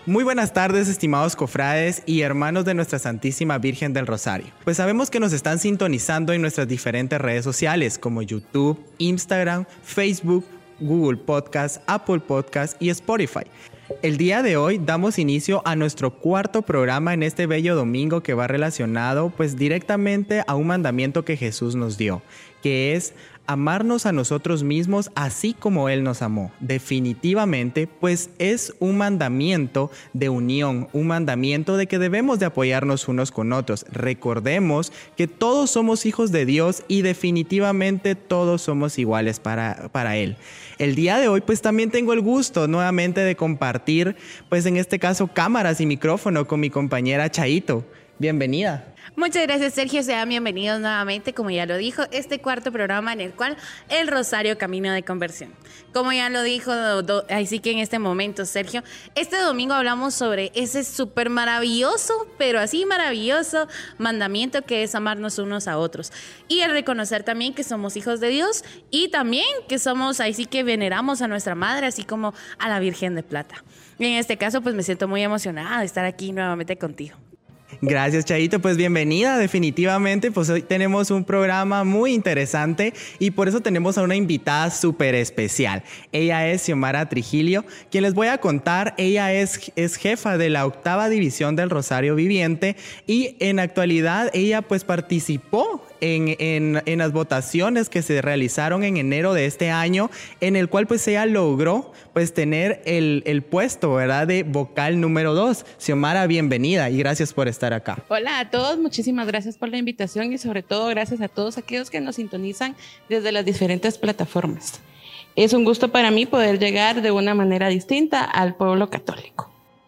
Muy buenas tardes, estimados cofrades y hermanos de nuestra Santísima Virgen del Rosario. Pues sabemos que nos están sintonizando en nuestras diferentes redes sociales como YouTube, Instagram, Facebook, Google Podcast, Apple Podcast y Spotify. El día de hoy damos inicio a nuestro cuarto programa en este bello domingo que va relacionado pues directamente a un mandamiento que Jesús nos dio, que es amarnos a nosotros mismos así como Él nos amó. Definitivamente, pues es un mandamiento de unión, un mandamiento de que debemos de apoyarnos unos con otros. Recordemos que todos somos hijos de Dios y definitivamente todos somos iguales para Él. El día de hoy, pues también tengo el gusto nuevamente de compartir, pues en este caso, cámaras y micrófono con mi compañera Chaito. Bienvenida. Muchas gracias, Sergio. Sean bienvenidos nuevamente, como ya lo dijo, este cuarto programa en el cual el Rosario Camino de Conversión. Como ya lo dijo, así que en este momento, Sergio, este domingo hablamos sobre ese súper maravilloso, pero así maravilloso mandamiento que es amarnos unos a otros. Y el reconocer también que somos hijos de Dios y también que somos, así que veneramos a nuestra madre, así como a la Virgen de Plata. Y en este caso, pues me siento muy emocionada de estar aquí nuevamente contigo. Gracias, Chaito, pues bienvenida definitivamente, pues hoy tenemos un programa muy interesante y por eso tenemos a una invitada súper especial. Ella es Xiomara Trigilio, quien les voy a contar, ella es jefa de la 8ª División del Rosario Viviente y en actualidad ella pues participó en las votaciones que se realizaron en enero de este año, en el cual pues ella logró pues tener el puesto, ¿verdad?, de vocal número 2. Xiomara, bienvenida y gracias por estar acá. Hola a todos, muchísimas gracias por la invitación y sobre todo gracias a todos aquellos que nos sintonizan desde las diferentes plataformas. Es un gusto para mí poder llegar de una manera distinta al pueblo católico.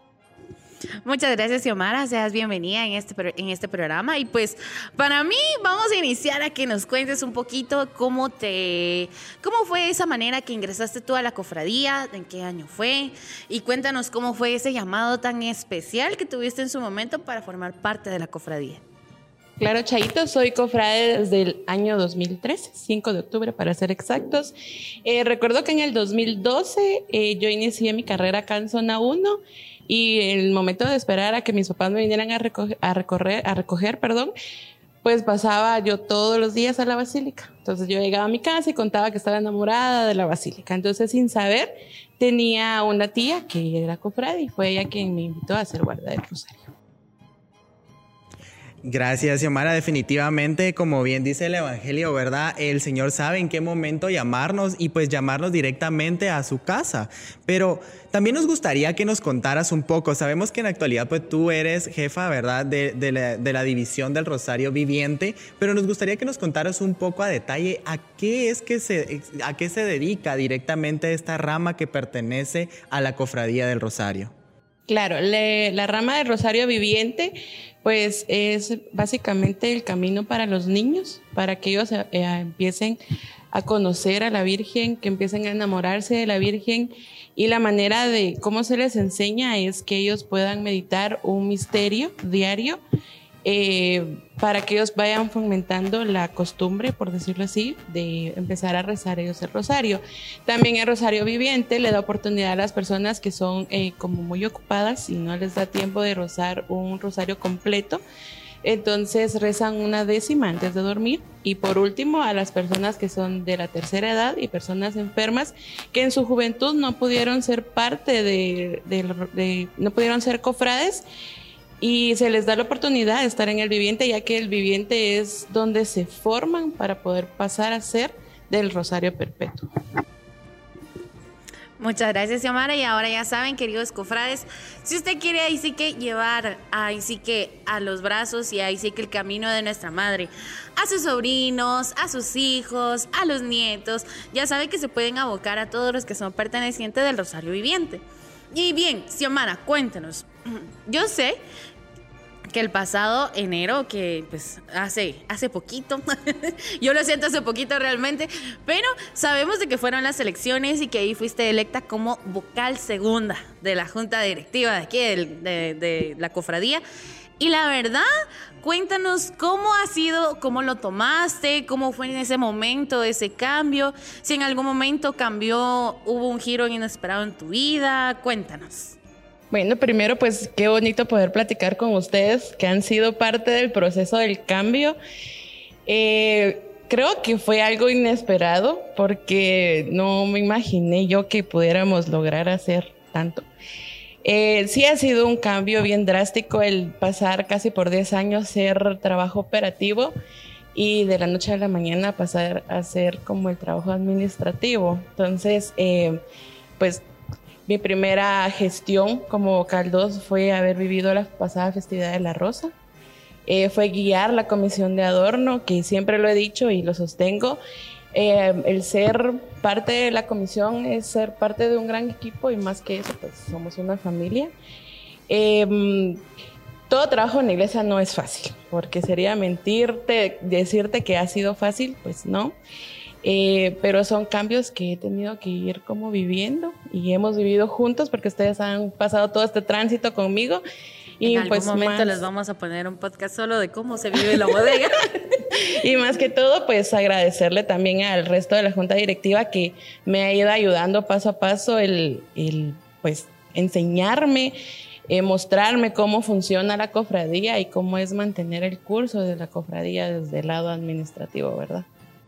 Muchas gracias, Xiomara, seas bienvenida en este programa y pues para mí vamos a iniciar a que nos cuentes un poquito cómo fue esa manera que ingresaste tú a la cofradía, en qué año fue y cuéntanos cómo fue ese llamado tan especial que tuviste en su momento para formar parte de la cofradía. Claro, Chaito, soy cofrade desde el año 2013, 5 de octubre para ser exactos. Recuerdo que en el 2012 yo inicié mi carrera acá en Zona 1 y el momento de esperar a que mis papás me vinieran a recoger, pues pasaba yo todos los días a la basílica. Entonces yo llegaba a mi casa y contaba que estaba enamorada de la basílica. Entonces, sin saber, tenía una tía que era cofrade y fue ella quien me invitó a hacer guarda del rosario. Gracias, Xiomara. Definitivamente, como bien dice el Evangelio, ¿verdad? El Señor sabe en qué momento llamarnos y pues llamarnos directamente a su casa. Pero también nos gustaría que nos contaras un poco. Sabemos que en la actualidad pues tú eres jefa, ¿verdad? De la División del Rosario Viviente, pero nos gustaría que nos contaras un poco a detalle a qué se dedica directamente esta rama que pertenece a la Cofradía del Rosario. Claro, la rama del Rosario Viviente pues es básicamente el camino para los niños, para que ellos empiecen a conocer a la Virgen, que empiecen a enamorarse de la Virgen, y la manera de cómo se les enseña es que ellos puedan meditar un misterio diario para que ellos vayan fomentando la costumbre, por decirlo así, de empezar a rezar ellos el rosario. También el Rosario Viviente le da oportunidad a las personas que son como muy ocupadas y no les da tiempo de rezar un rosario completo. Entonces rezan una décima antes de dormir. Y por último, a las personas que son de la tercera edad y personas enfermas que en su juventud no pudieron ser parte no pudieron ser cofrades, y se les da la oportunidad de estar en el viviente, ya que el viviente es donde se forman para poder pasar a ser del Rosario Perpetuo. Muchas gracias, Xiomara. Y ahora ya saben, queridos cofrades, si usted quiere ahí sí que llevar ahí sí que a los brazos y ahí sí que el camino de nuestra madre a sus sobrinos, a sus hijos, a los nietos, ya sabe que se pueden abocar a todos los que son pertenecientes del Rosario Viviente. Y bien, Xiomara, cuéntanos. Yo sé que el pasado enero, que pues hace poquito, yo lo siento hace poquito realmente, pero sabemos de que fueron las elecciones y que ahí fuiste electa como vocal segunda de la junta directiva de aquí de la cofradía. Y la verdad, cuéntanos cómo ha sido, cómo lo tomaste, cómo fue en ese momento ese cambio, si en algún momento cambió, hubo un giro inesperado en tu vida, cuéntanos. Bueno, primero pues qué bonito poder platicar con ustedes que han sido parte del proceso del cambio. Creo que fue algo inesperado porque no me imaginé yo que pudiéramos lograr hacer tanto. Sí ha sido un cambio bien drástico el pasar casi por 10 años ser trabajo operativo y de la noche a la mañana pasar a ser como el trabajo administrativo. Entonces, pues mi primera gestión como vocal 2 fue haber vivido la pasada festividad de la Rosa. Fue guiar la comisión de adorno, que siempre lo he dicho y lo sostengo. El ser parte de la comisión es ser parte de un gran equipo y más que eso, pues somos una familia. Todo trabajo en la iglesia no es fácil, porque sería mentirte, decirte que ha sido fácil, pues no. Pero son cambios que he tenido que ir como viviendo y hemos vivido juntos porque ustedes han pasado todo este tránsito conmigo. Y en pues algún momento les vamos a poner un podcast solo de cómo se vive la bodega. Y más que todo, pues agradecerle también al resto de la junta directiva que me ha ido ayudando paso a paso el pues enseñarme, mostrarme cómo funciona la cofradía y cómo es mantener el curso de la cofradía desde el lado administrativo, ¿verdad?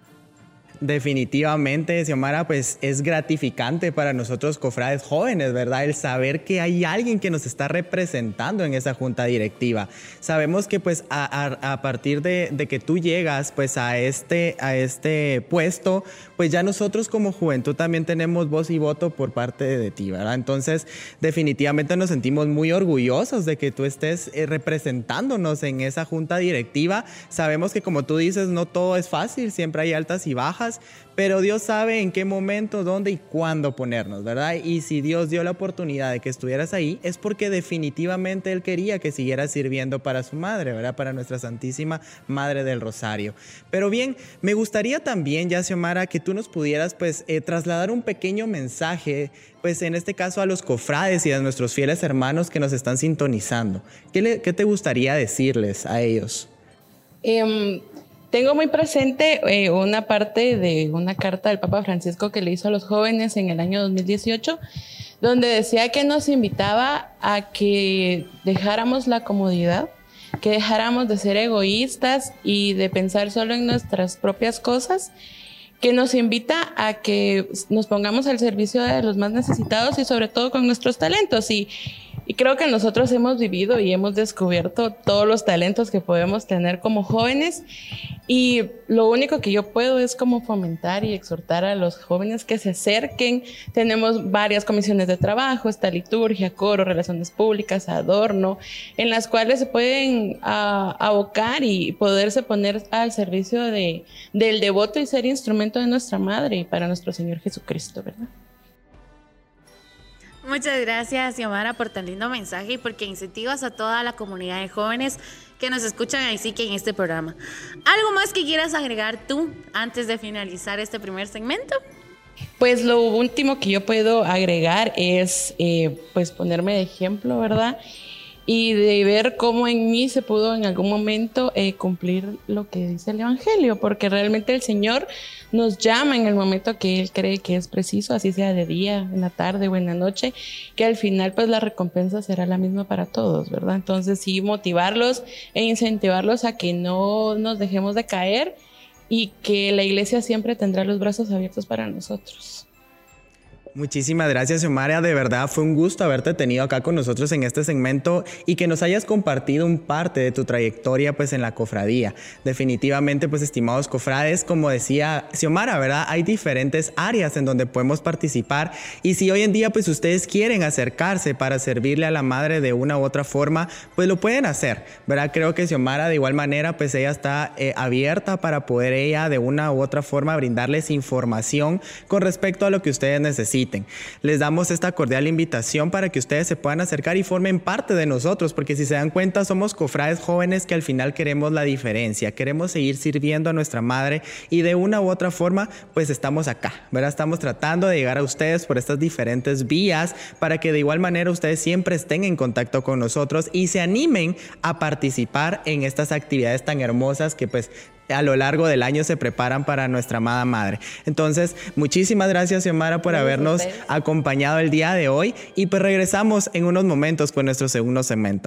Definitivamente, Xiomara, pues es gratificante para nosotros cofrades jóvenes, ¿verdad? El saber que hay alguien que nos está representando en esa junta directiva. Sabemos que pues a partir de que tú llegas pues a este puesto, pues ya nosotros como juventud también tenemos voz y voto por parte de ti, ¿verdad? Entonces, definitivamente nos sentimos muy orgullosos de que tú estés representándonos en esa junta directiva. Sabemos que, como tú dices, no todo es fácil, siempre hay altas y bajas, pero Dios sabe en qué momento, dónde y cuándo ponernos, ¿verdad? Y si Dios dio la oportunidad de que estuvieras ahí, es porque definitivamente Él quería que siguieras sirviendo para su madre, ¿verdad? Para nuestra Santísima Madre del Rosario. Pero bien, me gustaría también, ya, Xiomara, que tú nos pudieras, pues, trasladar un pequeño mensaje, pues, en este caso a los cofrades y a nuestros fieles hermanos que nos están sintonizando. ¿Qué te gustaría decirles a ellos? Tengo muy presente una parte de una carta del Papa Francisco que le hizo a los jóvenes en el año 2018, donde decía que nos invitaba a que dejáramos la comodidad, que dejáramos de ser egoístas y de pensar solo en nuestras propias cosas, que nos invita a que nos pongamos al servicio de los más necesitados y sobre todo con nuestros talentos. Y creo que nosotros hemos vivido y hemos descubierto todos los talentos que podemos tener como jóvenes y lo único que yo puedo es como fomentar y exhortar a los jóvenes que se acerquen. Tenemos varias comisiones de trabajo, esta liturgia, coro, relaciones públicas, adorno, en las cuales se pueden abocar y poderse poner al servicio del devoto y ser instrumento de nuestra Madre y para nuestro Señor Jesucristo, ¿verdad? Muchas gracias, Xiomara, por tan lindo mensaje y porque incentivas a toda la comunidad de jóvenes que nos escuchan así que en este programa. ¿Algo más que quieras agregar tú antes de finalizar este primer segmento? Pues lo último que yo puedo agregar es pues ponerme de ejemplo, ¿verdad? Y de ver cómo en mí se pudo en algún momento cumplir lo que dice el Evangelio, porque realmente el Señor nos llama en el momento que Él cree que es preciso, así sea de día, en la tarde o en la noche, que al final pues la recompensa será la misma para todos, ¿verdad? Entonces sí, motivarlos e incentivarlos a que no nos dejemos de caer y que la iglesia siempre tendrá los brazos abiertos para nosotros. Muchísimas gracias, Xiomara. De verdad fue un gusto haberte tenido acá con nosotros en este segmento y que nos hayas compartido un parte de tu trayectoria pues en la cofradía. Definitivamente, pues, estimados cofrades, como decía Xiomara, ¿verdad? Hay diferentes áreas en donde podemos participar y si hoy en día pues ustedes quieren acercarse para servirle a la Madre de una u otra forma, pues lo pueden hacer, ¿verdad? Creo que Xiomara de igual manera pues ella está abierta para poder ella de una u otra forma brindarles información con respecto a lo que ustedes necesitan. Les damos esta cordial invitación para que ustedes se puedan acercar y formen parte de nosotros, porque si se dan cuenta somos cofrades jóvenes que al final queremos la diferencia, queremos seguir sirviendo a nuestra Madre y de una u otra forma pues estamos acá, ¿verdad? Estamos tratando de llegar a ustedes por estas diferentes vías para que de igual manera ustedes siempre estén en contacto con nosotros y se animen a participar en estas actividades tan hermosas que pues a lo largo del año se preparan para nuestra amada madre. Entonces, muchísimas gracias, Xiomara, por habernos acompañado el día de hoy, y pues regresamos en unos momentos con nuestro segundo segmento.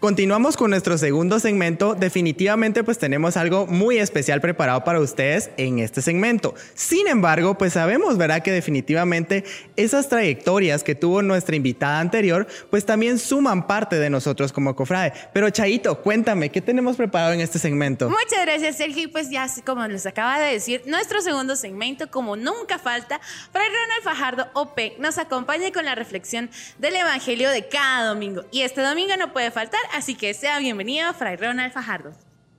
Continuamos con nuestro segundo segmento. Definitivamente pues tenemos algo muy especial preparado para ustedes en este segmento. Sin embargo, pues sabemos, ¿verdad?, que definitivamente esas trayectorias que tuvo nuestra invitada anterior pues también suman parte de nosotros como cofrade. Pero Chaito, cuéntame, ¿qué tenemos preparado en este segmento? Muchas gracias, Sergio. Y pues ya, como les acaba de decir, nuestro segundo segmento, como nunca falta, Fray Ronald Fajardo OP nos acompaña con la reflexión del Evangelio de cada domingo. Y este domingo no puede faltar, así que sea bienvenido, Fray Ronald Fajardo.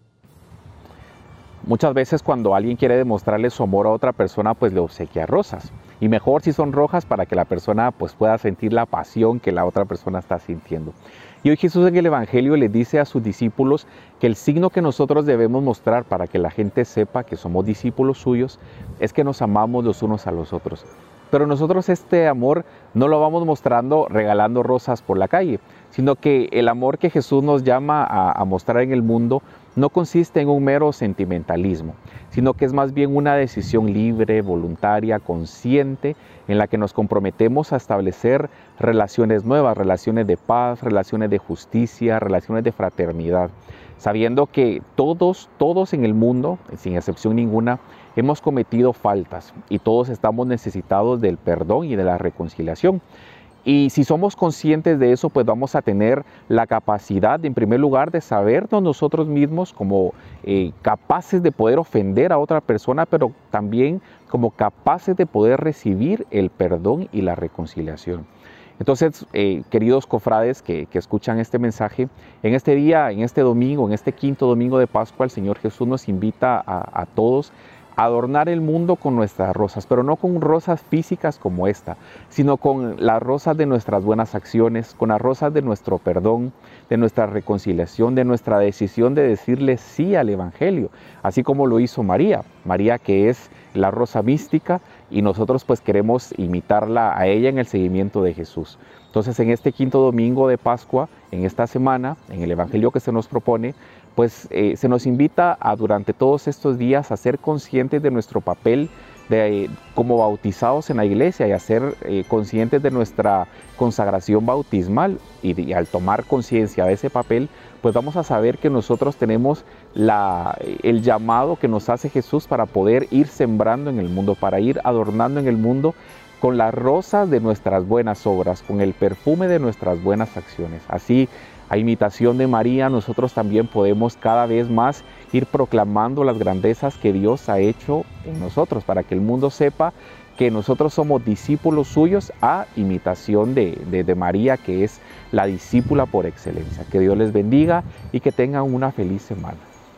Muchas veces cuando alguien quiere demostrarle su amor a otra persona, pues le obsequia rosas. Y mejor si son rojas para que la persona pues pueda sentir la pasión que la otra persona está sintiendo. Y hoy Jesús en el Evangelio le dice a sus discípulos que el signo que nosotros debemos mostrar para que la gente sepa que somos discípulos suyos es que nos amamos los unos a los otros. Pero nosotros este amor no lo vamos mostrando regalando rosas por la calle, sino que el amor que Jesús nos llama a mostrar en el mundo no consiste en un mero sentimentalismo, sino que es más bien una decisión libre, voluntaria, consciente, en la que nos comprometemos a establecer relaciones nuevas, relaciones de paz, relaciones de justicia, relaciones de fraternidad, sabiendo que todos en el mundo, sin excepción ninguna, hemos cometido faltas y todos estamos necesitados del perdón y de la reconciliación. Y si somos conscientes de eso, pues vamos a tener la capacidad, en primer lugar, de sabernos nosotros mismos como capaces de poder ofender a otra persona, pero también como capaces de poder recibir el perdón y la reconciliación. Entonces, queridos cofrades que escuchan este mensaje, en este día, en este domingo, en este quinto domingo de Pascua, el Señor Jesús nos invita a todos a adornar el mundo con nuestras rosas, pero no con rosas físicas como esta, sino con las rosas de nuestras buenas acciones, con las rosas de nuestro perdón, de nuestra reconciliación, de nuestra decisión de decirle sí al Evangelio, así como lo hizo María, que es la rosa mística, y nosotros pues queremos imitarla a ella en el seguimiento de Jesús. Entonces en este quinto domingo de Pascua, en esta semana, en el Evangelio que se nos propone, pues se nos invita a durante todos estos días a ser conscientes de nuestro papel como bautizados en la iglesia y a ser conscientes de nuestra consagración bautismal y al tomar conciencia de ese papel, pues vamos a saber que nosotros tenemos el llamado que nos hace Jesús para poder ir sembrando en el mundo, para ir adornando en el mundo con las rosas de nuestras buenas obras, con el perfume de nuestras buenas acciones. Así, a imitación de María, nosotros también podemos cada vez más ir proclamando las grandezas que Dios ha hecho en nosotros, para que el mundo sepa que nosotros somos discípulos suyos a imitación de María, que es la discípula por excelencia. Que Dios les bendiga y que tengan una feliz semana.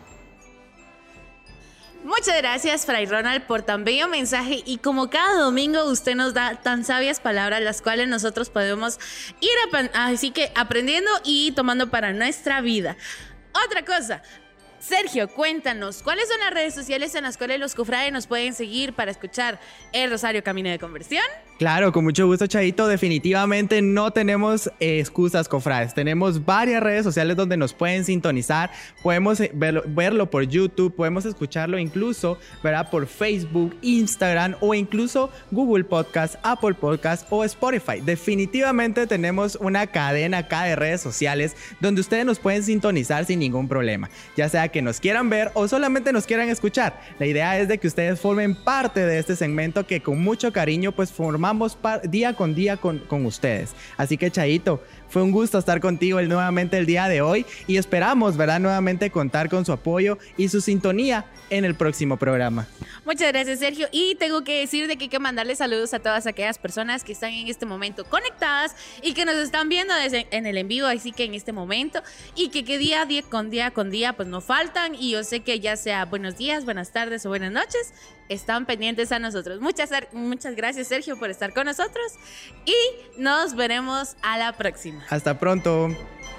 Muchas gracias, Fray Ronald, por tan bello mensaje, y como cada domingo usted nos da tan sabias palabras, las cuales nosotros podemos ir así que aprendiendo y tomando para nuestra vida. Otra cosa, Sergio, cuéntanos, ¿cuáles son las redes sociales en las cuales los cofrades nos pueden seguir para escuchar el Rosario Camino de Conversión? Claro, con mucho gusto, Chaito. Definitivamente no tenemos excusas, cofrades. Tenemos varias redes sociales donde nos pueden sintonizar. Podemos verlo por YouTube, podemos escucharlo incluso, ¿verdad?, por Facebook, Instagram o incluso Google Podcast, Apple Podcast o Spotify. Definitivamente tenemos una cadena acá de redes sociales donde ustedes nos pueden sintonizar sin ningún problema. Ya sea que nos quieran ver o solamente nos quieran escuchar. La idea es de que ustedes formen parte de este segmento que con mucho cariño pues formamos día con día con ustedes. Así que, Chaito, fue un gusto estar contigo nuevamente el día de hoy y esperamos, ¿verdad?, nuevamente contar con su apoyo y su sintonía en el próximo programa. Muchas gracias, Sergio. Y tengo que decir de que hay que mandarle saludos a todas aquellas personas que están en este momento conectadas y que nos están viendo en el en vivo, así que en este momento, y que día con día pues no faltan, y yo sé que ya sea buenos días, buenas tardes o buenas noches, están pendientes a nosotros. Muchas gracias, Sergio, por estar con nosotros y nos veremos a la próxima. Hasta pronto.